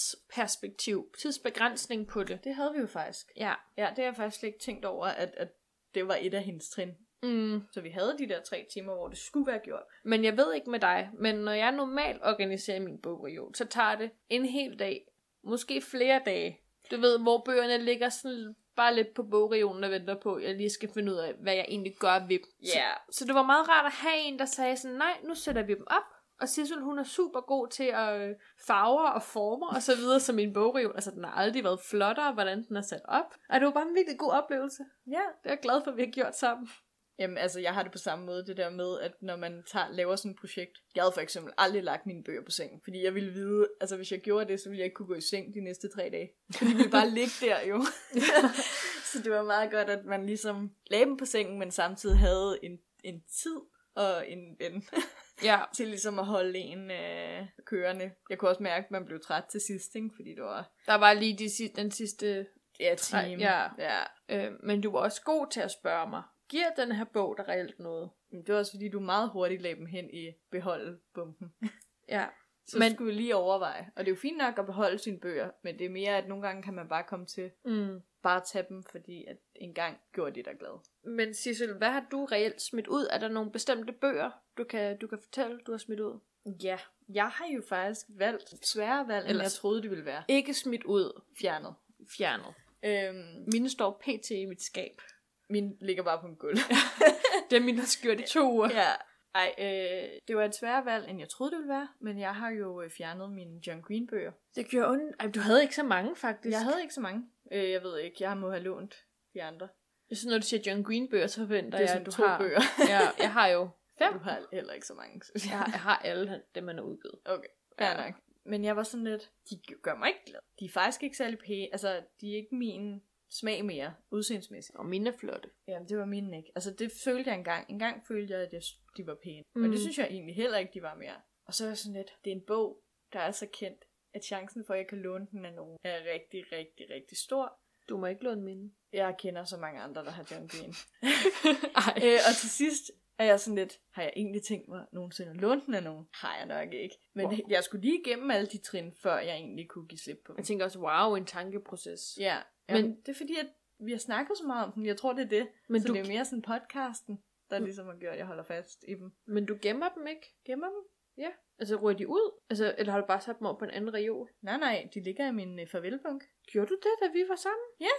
tidsbegrænsning på det. Det havde vi jo faktisk. Ja. Ja, det har jeg faktisk slet ikke tænkt over, at det var et af hendes trin. Så vi havde de der 3 timer, hvor det skulle være gjort. Men jeg ved ikke med dig, men når jeg normalt organiserer min bogreol, så tager det en hel dag, måske flere dage. Du ved, hvor bøgerne ligger sådan bare lidt på bogreolen og venter på, at jeg lige skal finde ud af, hvad jeg egentlig gør ved dem. Yeah. Så det var meget rart at have en, der sagde sådan, nej, nu sætter vi dem op. Og Sissel, hun er super god til at farver og former og så videre som min bogreol. Altså, den har aldrig været flottere, hvordan den er sat op. Og det var bare en virkelig god oplevelse. Ja. Det er jeg glad for, at vi har gjort sammen. Jamen, altså, jeg har det på samme måde, det der med, at når man laver sådan et projekt. Jeg havde for eksempel aldrig lagt mine bøger på sengen, fordi jeg ville vide, altså hvis jeg gjorde det, så ville jeg ikke kunne gå i seng de næste 3 dage. For de ville bare ligge der jo. Så det var meget godt, at man ligesom lagde dem på sengen, men samtidig havde en tid og en ven. Ja. Til ligesom at holde en kørende. Jeg kunne også mærke, at man blev træt til sidst, ikke? Fordi det var... Der var lige den sidste... time. Ja. Men du var også god til at spørge mig. Giver den her bog der reelt noget? Det var også fordi, du meget hurtigt lagde dem hen i beholdebunken. Ja. Så skulle vi lige overveje. Og det er jo fint nok at beholde sine bøger, men det er mere, at nogle gange kan man bare komme til bare at tage dem, fordi at en gang gjorde de dig glad. Men Sissel, hvad har du reelt smidt ud? Er der nogle bestemte bøger, du kan fortælle, du har smidt ud? Ja, jeg har jo faktisk valgt svære valg, end jeg troede, det ville være. Ikke smidt ud. Fjernet. Mine står pt. I mit skab. Min ligger bare på en gulv. Det er mine, der skørt i 2 uger. Ja. Det var et sværere valg, end jeg troede, det ville være. Men jeg har jo fjernet mine John Green bøger. Det gjorde ondt. Ej, du havde ikke så mange, faktisk. Jeg havde ikke så mange. Jeg ved ikke, jeg må have lånt de andre. Så når du siger John Green bøger, så forventer jeg, at du har... bøger. Ja, jeg har jo 5. Du har heller ikke så mange, synes jeg. Jeg har alle dem, man har udgivet. Okay, fair nok. Men jeg var sådan lidt, de gør mig ikke glad. De er faktisk ikke særlig pæne. Altså, de er ikke min smag mere, udseendsmæssigt. Og mine er flotte. Jamen, det var mine ikke. Altså, det følte jeg engang. Engang følte jeg, at de var pæne. Men det synes jeg egentlig heller ikke, de var mere. Og så er jeg sådan lidt, det er en bog, der er så kendt, at chancen for, at jeg kan låne den af nogen, er rigtig, rigtig, rigtig stor. Du må ikke låne mine. Jeg kender så mange andre, der har John Green. Og til sidst er jeg sådan lidt, har jeg egentlig tænkt mig nogensinde at låne den af nogen? Har jeg nok ikke. Men jeg skulle lige igennem alle de trin, før jeg egentlig kunne give slip på dem. Jeg tænker også, wow, en tankeproces. Ja, men det er fordi, at vi har snakket så meget om den. Jeg tror, det er det. Men så det er mere sådan podcasten, der ligesom har gjort, at jeg holder fast i dem. Men du gemmer dem ikke? Gemmer dem? Ja. Altså, ryger de ud? Altså, eller har du bare sat dem over på en anden reol? Nej, de ligger i min farvelbunk. Gjorde du det, da vi var sammen? Ja.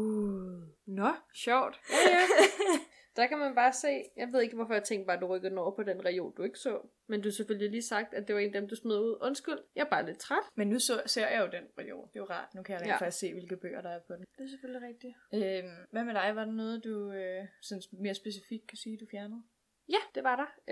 Gud. Nå, sjovt. Ja. Der kan man bare se, jeg ved ikke, hvorfor jeg tænkte bare, at du rykkede den over på den reol, du ikke så. Men du har selvfølgelig lige sagt, at det var en af dem, du smed ud. Undskyld, jeg er bare lidt træt. Men nu ser jeg jo den reol. Det er jo rart. Nu kan jeg faktisk se, hvilke bøger, der er på den. Det er selvfølgelig rigtigt. Hvad med dig? Var der noget, du synes mere specifikt kan sige, du fjernede? Ja, det var der.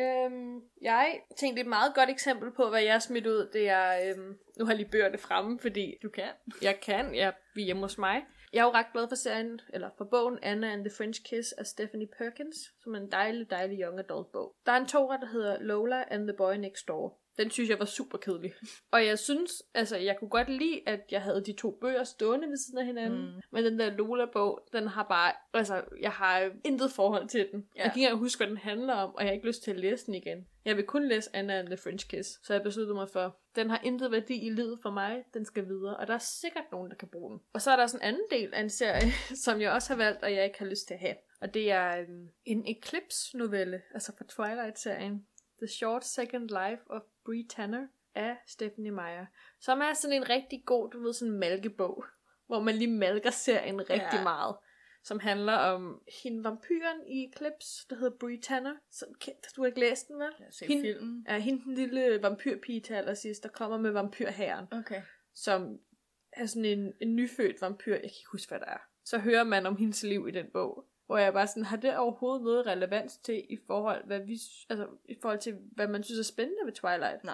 Jeg tænkte et meget godt eksempel på, hvad jeg har smidt ud. Det er, nu har jeg lige bøgerne fremme, fordi du kan. Jeg kan, vi er hjemme hos mig. Jeg er jo ret glad for serien, eller for bogen Anna and the French Kiss af Stephanie Perkins, som er en dejlig young adult bog. Der er en toer, der hedder Lola and the Boy Next Door. Den synes jeg var super kedelig. Og jeg synes, altså jeg kunne godt lide, at jeg havde de 2 bøger stående ved siden af hinanden. Men den der Lola-bog, den har bare, altså jeg har intet forhold til den. Jeg kan ikke engang huske, hvad den handler om, og jeg har ikke lyst til at læse den igen. Jeg vil kun læse Anna and the French Kiss. Så jeg besluttede mig for, den har intet værdi i livet for mig, den skal videre. Og der er sikkert nogen, der kan bruge den. Og så er der sådan en anden del af en serie, som jeg også har valgt, og jeg ikke har lyst til at have. Og det er en Eclipse-novelle, altså fra Twilight-serien. The Short Second Life of Bree Tanner af Stephanie Meyer. Som er sådan en rigtig god, du ved, sådan en malkebog. Hvor man lige malker serien rigtig meget. Som handler om hende vampyren i Eclipse, der hedder Bree Tanner. Du har ikke læst den, vel? Jeg har set filmen. Ja, hende den lille vampyrpige til allersidst, der kommer med vampyrhæren. Okay. Som er sådan en nyfødt vampyr. Jeg kan ikke huske, hvad der er. Så hører man om hendes liv i den bog. Hvor jeg bare sådan, har det overhovedet noget relevans til i forhold til, hvad man synes er spændende ved Twilight? Nej.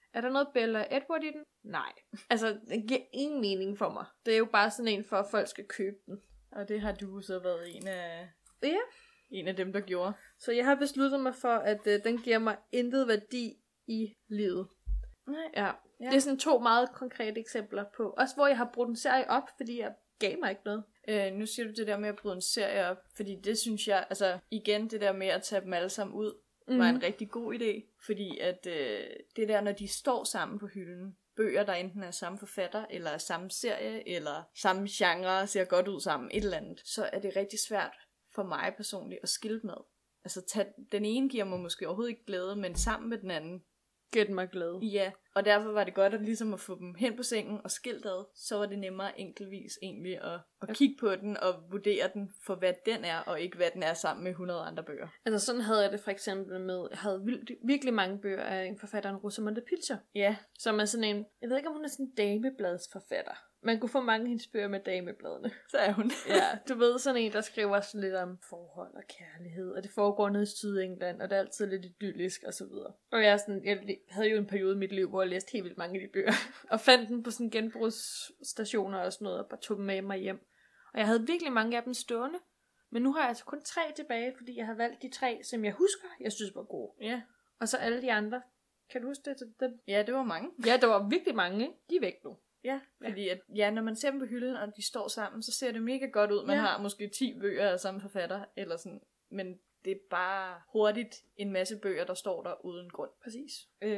Er der noget Bella og Edward i den? Nej. Altså, den giver ingen mening for mig. Det er jo bare sådan en for, at folk skal købe den. Og det har du så været Ja. En af dem, der gjorde. Så jeg har besluttet mig for, at den giver mig intet værdi i livet. Nej. Ja. Det er sådan 2 meget konkrete eksempler på. Også hvor jeg har brugt en serie op, fordi jeg gav mig ikke noget. Nu siger du det der med at bryde en serie op, fordi det synes jeg, altså igen det der med at tage dem alle sammen ud, var en rigtig god idé. Fordi at det der, når de står sammen på hylden, bøger, der enten er samme forfatter, eller er samme serie, eller samme genre, ser godt ud sammen, et eller andet, så er det rigtig svært for mig personligt at skille med. Altså den ene giver mig måske overhovedet ikke glæde, men sammen med den anden, Giv mig glæde. ja, og derfor var det godt at ligesom at få dem hen på sengen og skilt ad. Så var det nemmere enkeltvis egentlig at kigge på den og vurdere den for hvad den er, og ikke hvad den er sammen med 100 andre bøger. Altså sådan havde jeg det for eksempel med, jeg havde virkelig mange bøger af en forfatter, Rosamunde Pilcher. Ja. Som er sådan en, jeg ved ikke om hun er sådan en damebladsforfatter. Man kunne få mange af hendes bøger med damebladene. Så er hun. Ja, du ved, sådan en, der skriver sådan lidt om forhold og kærlighed, og det foregår nede i Sydengland, og det er altid lidt idyllisk og så videre. Og jeg havde jo en periode i mit liv, hvor jeg læste helt vildt mange af de bøger, og fandt dem på sådan genbrugsstationer og sådan noget, og bare tog dem med mig hjem. Og jeg havde virkelig mange af dem stående, men nu har jeg altså kun 3 tilbage, fordi jeg har valgt de 3, som jeg husker, jeg synes var gode. Ja. Og så alle de andre, kan du huske det? Ja, det var mange. Ja, der var virkelig mange, de er væk nu. Ja, fordi at, når man ser dem på hylden, og de står sammen, så ser det mega godt ud. Man har måske 10 bøger af samme forfatter, eller sådan. Men det er bare hurtigt en masse bøger, der står der uden grund. Præcis.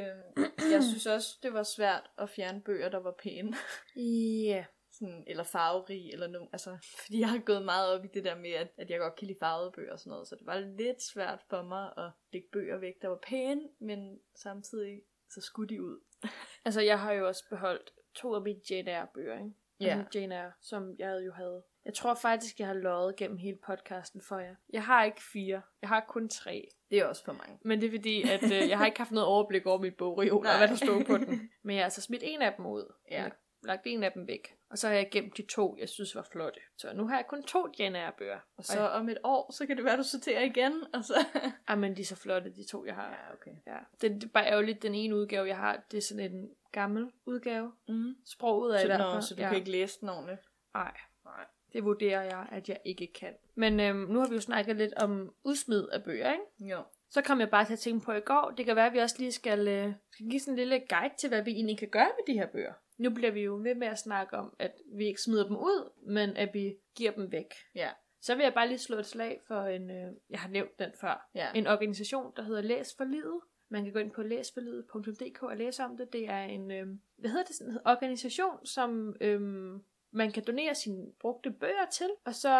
Jeg synes også, det var svært at fjerne bøger, der var pæne. Ja. Sådan, eller farverige, eller noget. Altså, fordi jeg har gået meget op i det der med, at jeg godt kan lide farvede bøger og sådan noget. Så det var lidt svært for mig at lægge bøger væk, der var pæne, men samtidig så skulle de ud. Altså, jeg har jo også beholdt 2 af mine Jane Eyre-bøger, ikke? Ja. Altså, Jane Eyre, som jeg jo havde. Jeg tror faktisk, jeg har løjet gennem hele podcasten for jer. Jeg har ikke 4. Jeg har kun 3. Det er også for mange. Men det er fordi, at jeg har ikke haft noget overblik over mit bogreol, og hvad der stod på den. Men jeg har altså smidt en af dem ud. Ja. Lagt en af dem væk. Og så har jeg gemt de 2, jeg synes var flotte. Så nu har jeg kun 2 Jane Eyre-bøger. Og så om et år, så kan det være, du sorterer igen. Og så... men de er så flotte, de 2, jeg har. Ja, okay. Ja. Det er bare ærgerligt, den ene udgave, jeg har, det er sådan en gammel udgave. Sproget er i hvert fald. Så du kan ikke læse den ordentligt? Nej. Det vurderer jeg, at jeg ikke kan. Men nu har vi jo snakket lidt om udsmid af bøger, ikke? Jo. Så kom jeg bare til at tænke på i går, det kan være, at vi også lige skal give sådan en lille guide til, hvad vi egentlig kan gøre med de her bøger. Nu bliver vi jo ved med at snakke om, at vi ikke smider dem ud, men at vi giver dem væk. Ja. Så vil jeg bare lige slå et slag for jeg har nævnt den før, en organisation, der hedder Læs for Livet. Man kan gå ind på læsforlivet.dk og læse om det. Det er en organisation, som man kan donere sine brugte bøger til, og så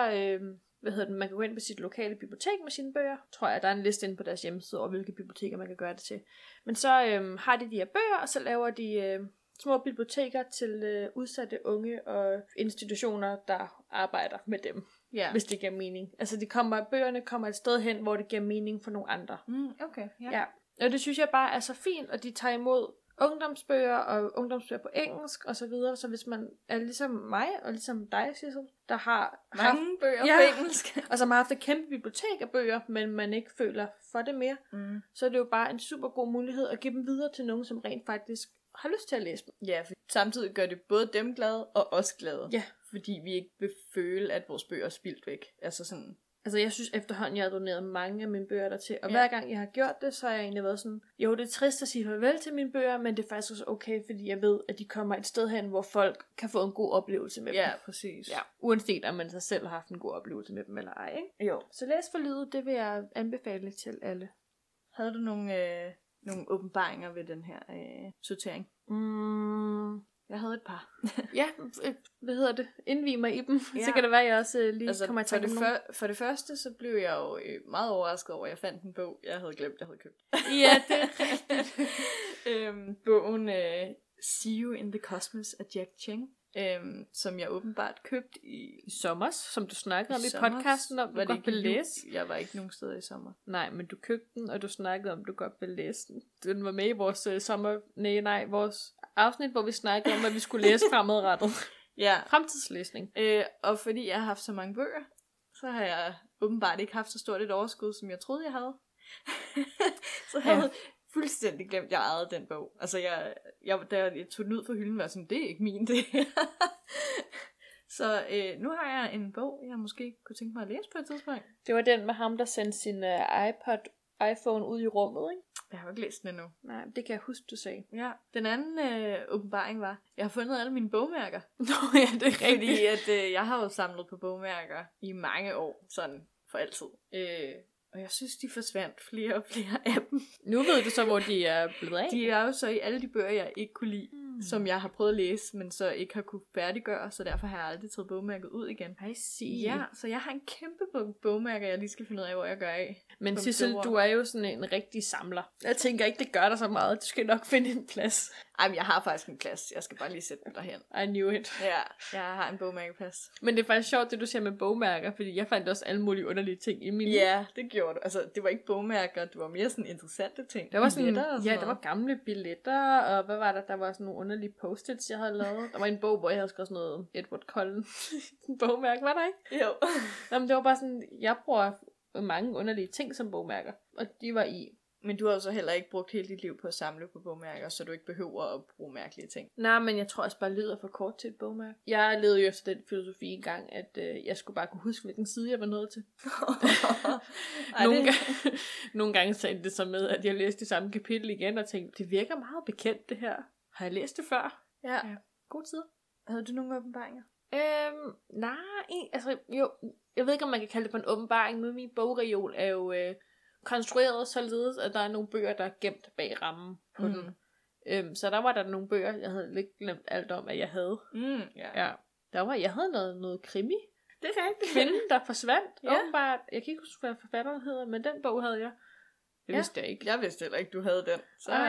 man kan gå ind på sit lokale bibliotek med sine bøger. Tror jeg, der er en liste inde på deres hjemmeside over, hvilke biblioteker man kan gøre det til. Men så har de her bøger, og så laver de små biblioteker til udsatte unge og institutioner, der arbejder med dem. Ja. Hvis det giver mening. Altså bøgerne kommer et sted hen, hvor det giver mening for nogle andre. Okay, ja. Og det synes jeg bare er så fint, og de tager imod ungdomsbøger og ungdomsbøger på engelsk og så videre. Så hvis man er ligesom mig og ligesom dig, Sissel, der har mange bøger på engelsk, og som har haft et kæmpe bibliotek af bøger, men man ikke føler for det mere, så er det jo bare en super god mulighed at give dem videre til nogen, som rent faktisk har lyst til at læse dem. Ja, for samtidig gør det både dem glade og os glade. Ja. Fordi vi ikke vil føle, at vores bøger er spildt væk. Altså jeg synes efterhånden, jeg har doneret mange af mine bøger dertil, og hver gang jeg har gjort det, så har jeg egentlig været sådan, jo, det er trist at sige farvel til mine bøger, men det er faktisk også okay, fordi jeg ved, at de kommer et sted hen, hvor folk kan få en god oplevelse med dem. Ja, præcis. Ja, uanset om man så selv har haft en god oplevelse med dem eller ej, ikke? Jo. Så Læs for Livet, det vil jeg anbefale til alle. Havde du nogle åbenbaringer ved den her sortering? Jeg havde et par. Ja, indvig mig i dem. Ja. Så kan det være, at jeg også lige kommer i tanke om nogen. For det første, så blev jeg jo meget overrasket over, at jeg fandt en bog, jeg havde glemt, jeg havde købt. Ja, det er rigtigt. Bogen See You in the Cosmos af Jack Cheng, som jeg åbenbart købte i sommer, som du snakkede om i podcasten, om du godt vil læse. Jeg var ikke nogen steder i sommer. Nej, men du købte den, og du snakkede om, du godt vil læse den. Den var med i vores vores afsnit, hvor vi snakkede om, at vi skulle læse fremadrettet. Ja. Fremtidslæsning. Og fordi jeg har haft så mange bøger, så har jeg åbenbart ikke haft så stort et overskud, som jeg troede, jeg havde. Så jeg havde fuldstændig glemt, jeg ejede den bog. Altså, da jeg tog den ud fra hylden, var sådan, det er ikke min, det. Så nu har jeg en bog, jeg måske kunne tænke mig at læse på et tidspunkt. Det var den med ham, der sendte sin iPhone ud i rummet, ikke? Jeg har jo ikke læst den endnu. Nej, det kan jeg huske, du sagde. Ja, den anden åbenbaring var, jeg har fundet alle mine bogmærker. Nå ja, det er rigtigt. Fordi at jeg har jo samlet på bogmærker i mange år, sådan for altid. Og jeg synes, de forsvandt flere og flere af dem. Nu ved du så, hvor de er blevet af. De er jo så i alle de bøger, jeg ikke kunne lide, som jeg har prøvet at læse, men så ikke har kunne færdiggøre, så derfor har jeg aldrig taget bogmærket ud igen. I see. Ja, så jeg har en kæmpe bunke bogmærker, jeg lige skal finde ud af, hvor jeg gør af. Men Sissel, du er jo sådan en rigtig samler. Jeg tænker ikke, det gør dig så meget. Du skal nok finde en plads. Ej, men jeg har faktisk en plads. Jeg skal bare lige sætte den derhen. I knew it. Ja, jeg har en bogmærkeplads. Men det er faktisk sjovt, det du siger med bogmærker, fordi jeg fandt også alle mulige underlige ting i min. Ja, det gjorde du. Altså, det var ikke bogmærker, det var mere sådan interessante ting. Der var sådan, der var gamle billetter, og hvad var der? Der var sådan nogle underlige post-its, jeg havde lavet. Der var en bog, hvor jeg havde skrevet sådan noget Edward Cullen bogmærke, var der ikke? Jo. Jamen, det var bare sådan, jeg bruger mange underlige ting som bogmærker, og de var i. Men du har jo så heller ikke brugt hele dit liv på at samle på bogmærker, så du ikke behøver at bruge mærkelige ting. Nej, men jeg tror også bare, lyder for kort til et bogmærke. Jeg levede jo efter den filosofi engang, at jeg skulle bare kunne huske, hvilken side jeg var nået til. Nogle gange sagde det så med, at jeg læste det samme kapitel igen, og tænkte, det virker meget bekendt det her. Har jeg læst det før? Ja. God tid. Havde du nogle åbenbaringer? Nej, altså jo, jeg ved ikke, om man kan kalde det for en åbenbaring, men min bogreol er jo konstrueret således, at der er nogle bøger, der er gemt bag rammen på den. Så der var der nogle bøger, jeg havde lidt glemt alt om, at jeg havde. Ja. Jeg havde noget krimi. Det er rigtigt. Kvinden, der forsvandt, åbenbart. Jeg kan ikke huske, hvad forfatteren hedder, men den bog havde jeg. Det vidste jeg ikke. Jeg vidste heller ikke, du havde den.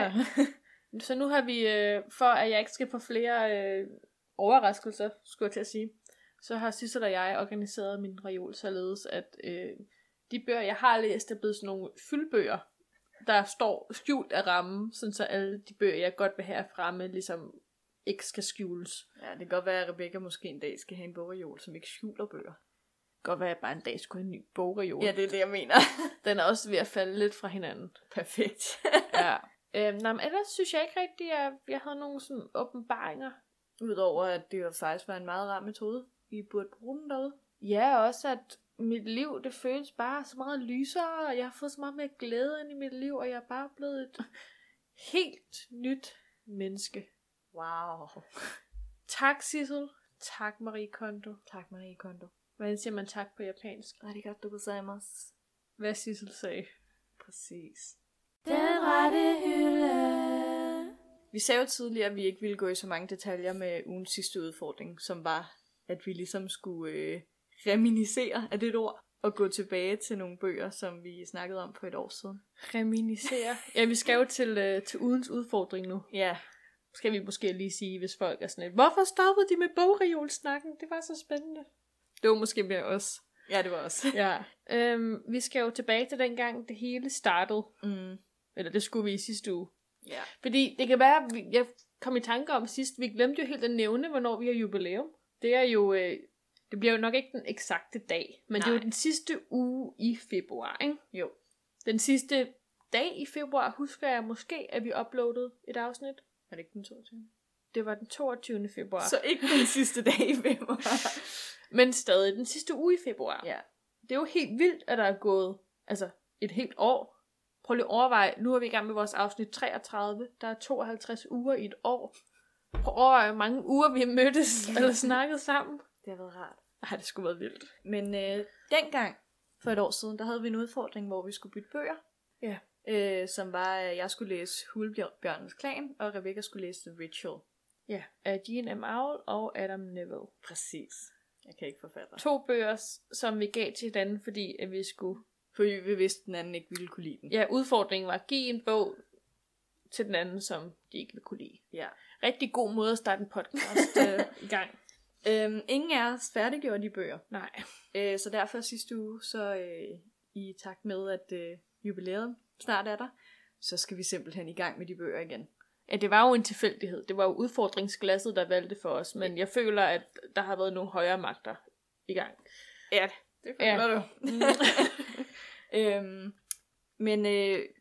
Så nu har vi, for at jeg ikke skal få flere overraskelser, skulle jeg til at sige, så har Sissel og jeg organiseret min reol således, at de bøger, jeg har læst, er blevet sådan nogle fyldbøger, der står skjult af rammen, sådan så alle de bøger, jeg godt vil have fremme, ligesom ikke skal skjules. Ja, det kan godt være, at Rebecca måske en dag skal have en bogreol, som ikke skjuler bøger. Det kan godt være, at jeg bare en dag skulle have en ny bogreol. Ja, det er det, jeg mener. Den er også ved at falde lidt fra hinanden. Perfekt. Ja. Men ellers synes jeg ikke rigtig, at jeg havde nogle sådan åbenbaringer. Udover at det jo faktisk var en meget rar metode, vi burde bruge den derude. Ja, også at mit liv, det føles bare så meget lysere, og jeg har fået så meget mere glæde ind i mit liv, og jeg er bare blevet et helt nyt menneske. Wow. Tak, Sissel. Tak, Marie Kondo. Tak, Marie Kondo. Hvordan siger man tak på japansk? Arigatou gozaimasu. Hvad Sissel sagde. Præcis. Den rette hylde. Vi sagde jo tidligere, at vi ikke ville gå i så mange detaljer med ugens sidste udfordring, som var, at vi ligesom skulle reminiscere, er det et ord, og gå tilbage til nogle bøger, som vi snakkede om for et år siden. Reminiscere? Ja, vi skal jo til ugens udfordring nu. Ja. Skal vi måske lige sige, hvis folk er sådan lidt, hvorfor stoppede de med bogreolsnakken? Det var så spændende. Det var måske mere os. Ja, det var os. Ja. Vi skal jo tilbage til dengang, det hele startede. Eller det skulle vi i sidste uge. Ja. Fordi det kan være, at jeg kom i tanke om sidst, vi glemte jo helt at nævne, hvornår vi har jubilæum. Det er jo, det bliver jo nok ikke den eksakte dag, men det er jo den sidste uge i februar, ikke? Jo. Den sidste dag i februar, husker jeg måske, at vi uploadede et afsnit. Er det ikke den 22? Det var den 22. februar. Så ikke den sidste dag i februar. Men stadig den sidste uge i februar. Ja. Det er jo helt vildt, at der er gået et helt år. Prøv lige at overveje, nu er vi i gang med vores afsnit 33. Der er 52 uger i et år. Prøv at overveje, hvor mange uger vi har mødtes eller snakket sammen. Det har været rart. Ej, det skulle være vildt. Men dengang, for et år siden, der havde vi en udfordring, hvor vi skulle bytte bøger. Ja. Som var, at jeg skulle læse Hulebjørnens Klan, og Rebecca skulle læse The Ritual. Ja, af Jean M. Auel og Adam Neville. Præcis. Jeg kan ikke forfatte. 2 bøger, som vi gav til hinanden, fordi at vi skulle... For vi vidste, den anden ikke ville kunne lide den. Ja, udfordringen var at give en bog til den anden, som de ikke ville kunne lide. Ja. Rigtig god måde at starte en podcast i gang. Ingen af os færdiggjorde de bøger. Nej. Så derfor sidste uge, så i takt med, at jubilæet snart er der, så skal vi simpelthen i gang med de bøger igen. Ja, det var jo en tilfældighed. Det var jo udfordringsglasset, der valgte for os. Men jeg føler, at der har været nogle højere magter i gang. Ja, det føler du. Men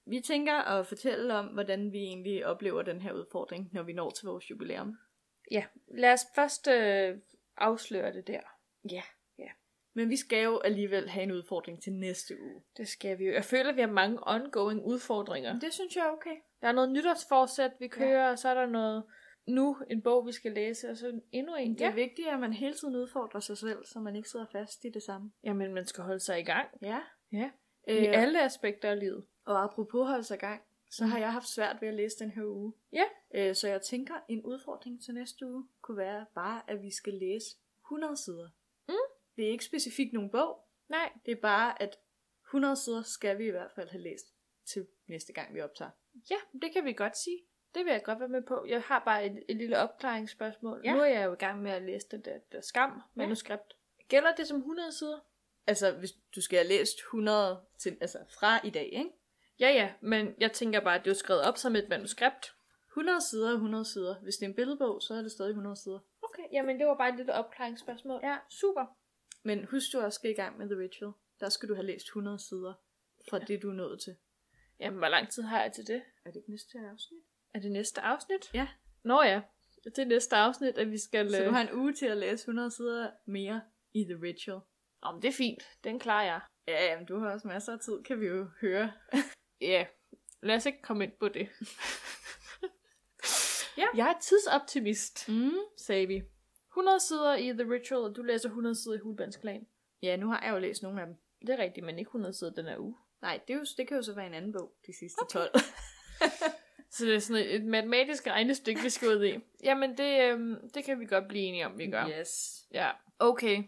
vi tænker at fortælle om, hvordan vi egentlig oplever den her udfordring, når vi når til vores jubilæum. Ja, lad os først afsløre det der. Ja. Men vi skal jo alligevel have en udfordring til næste uge. Det skal vi jo. Jeg føler, at vi har mange ongoing udfordringer. Det synes jeg er okay. Der er noget nytårsforsæt, vi kører, og så er der noget en bog, vi skal læse, og så endnu en. Det er vigtigt, at man hele tiden udfordrer sig selv, så man ikke sidder fast i det samme. Jamen, man skal holde sig i gang. Ja. I alle aspekter af livet. Og apropos holde sig i gang, så har jeg haft svært ved at læse den her uge. Ja. Så jeg tænker, en udfordring til næste uge kunne være bare, at vi skal læse 100 sider. Det er ikke specifikt nogen bog. Nej. Det er bare, at 100 sider skal vi i hvert fald have læst til næste gang, vi optager. Ja, det kan vi godt sige. Det vil jeg godt være med på. Jeg har bare et lille opklaringsspørgsmål. Ja. Nu er jeg jo i gang med at læse det der Skam-manuskript. Gælder det som 100 sider? Altså, hvis du skal have læst 100 fra i dag, ikke? Ja, men jeg tænker bare, at det er jo skrevet op som et manuskript. 100 sider er 100 sider. Hvis det er en billedbog, så er det stadig 100 sider. Okay, jamen det var bare et lille opklaringsspørgsmål. Ja. Super. Men husk, du også skal i gang med The Ritual. Der skal du have læst 100 sider fra det, du er nået til. Jamen, hvor lang tid har jeg til det? Er det ikke næste afsnit? Er det næste afsnit? Ja. Nå ja, det er næste afsnit, at vi skal... Så du har en uge til at læse 100 sider mere i The Ritual. Men det er fint. Den klarer jeg. Ja, jamen, du har også masser af tid, kan vi jo høre. Ja, lad os ikke komme ind på det. Ja. Jeg er tidsoptimist, sagde vi. 100 sider i The Ritual, og du læser 100 sider i Hulbandsklan. Ja, nu har jeg jo læst nogle af dem. Det er rigtigt, men ikke 100 sider den her uge. Nej, det kan jo så være en anden bog, de sidste 12. Så det er sådan et matematisk regnestykke, vi skal ud i. Jamen, det kan vi godt blive enige om, vi gør. Yes. Ja, okay.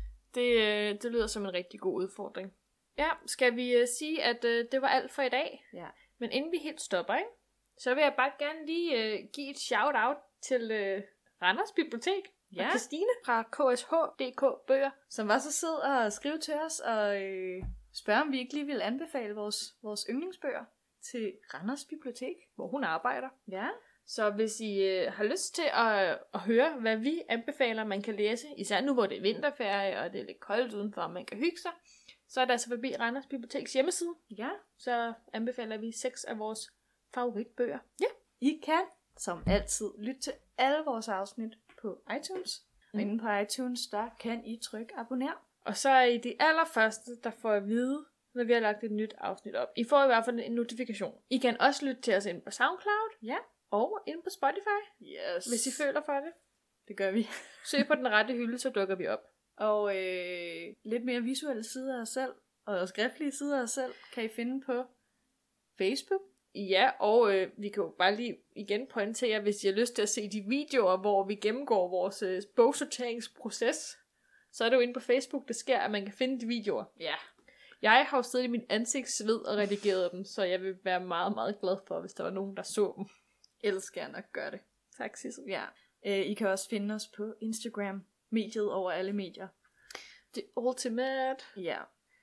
Det lyder som en rigtig god udfordring. Ja, skal vi sige, at det var alt for i dag? Ja. Men inden vi helt stopper, ikke? Så vil jeg bare gerne lige give et shout-out til Randers Bibliotek. Ja. Og Christine fra KSH.dk Bøger. Som var så sød at skrive til os og spørge, om vi ikke lige vil anbefale vores yndlingsbøger til Randers Bibliotek, hvor hun arbejder. Ja. Så hvis I har lyst til at høre, hvad vi anbefaler, man kan læse, især nu hvor det er vinterferie, og det er lidt koldt udenfor, og man kan hygge sig, så er der altså forbi Randers Biblioteks hjemmeside. Ja. Så anbefaler vi 6 af vores favoritbøger. Ja. I kan, som altid, lytte til alle vores afsnit på iTunes. Og inde på iTunes, der kan I trykke abonner. Og så er I de allerførste, der får at vide, når vi har lagt et nyt afsnit op. I får i hvert fald en notifikation. I kan også lytte til os inde på SoundCloud. Ja. Og inde på Spotify. Yes. Hvis I føler for det. Det gør vi. Søg på den rette hylde, så dukker vi op. Og lidt mere visuelle sider af os selv, og skriftlige sider af os selv, kan I finde på Facebook. Ja, og vi kan jo bare lige igen pointere, hvis I har lyst til at se de videoer, hvor vi gennemgår vores bogsorteringsproces, så er det jo inde på Facebook, det sker, at man kan finde de videoer. Ja. Jeg har jo siddet i min ansigtssved og redigeret dem, så jeg vil være meget, meget glad for, hvis der var nogen, der så dem. Elsker jeg nok gøre det. Tak, Sissel. Ja. I kan også finde os på Instagram, mediet over alle medier. The Ultimate. Ja.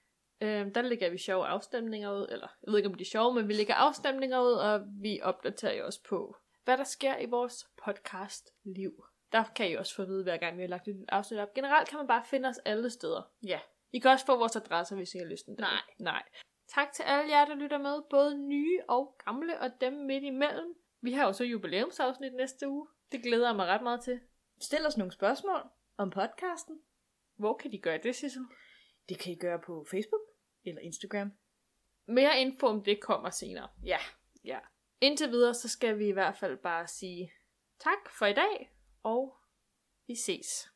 Der lægger vi sjove afstemninger ud, eller jeg ved ikke om de er sjove, men vi lægger afstemninger ud, og vi opdaterer jo også på, hvad der sker i vores podcast-liv. Der kan I også få at vide, hver gang vi har lagt et afsnit op. Generelt kan man bare finde os alle steder. Ja. I kan også få vores adresser, hvis I har lyst til det. Nej. Tak til alle jer, der lytter med, både nye og gamle, og dem midt imellem. Vi har jo så jubilæumsafsnit næste uge. Det glæder jeg mig ret meget til. Stil os nogle spørgsmål om podcasten. Hvor kan de gøre det, Sissel? Det kan I gøre på Facebook eller Instagram. Mere info om det kommer senere. Ja. Indtil videre, så skal vi i hvert fald bare sige tak for i dag, og vi ses.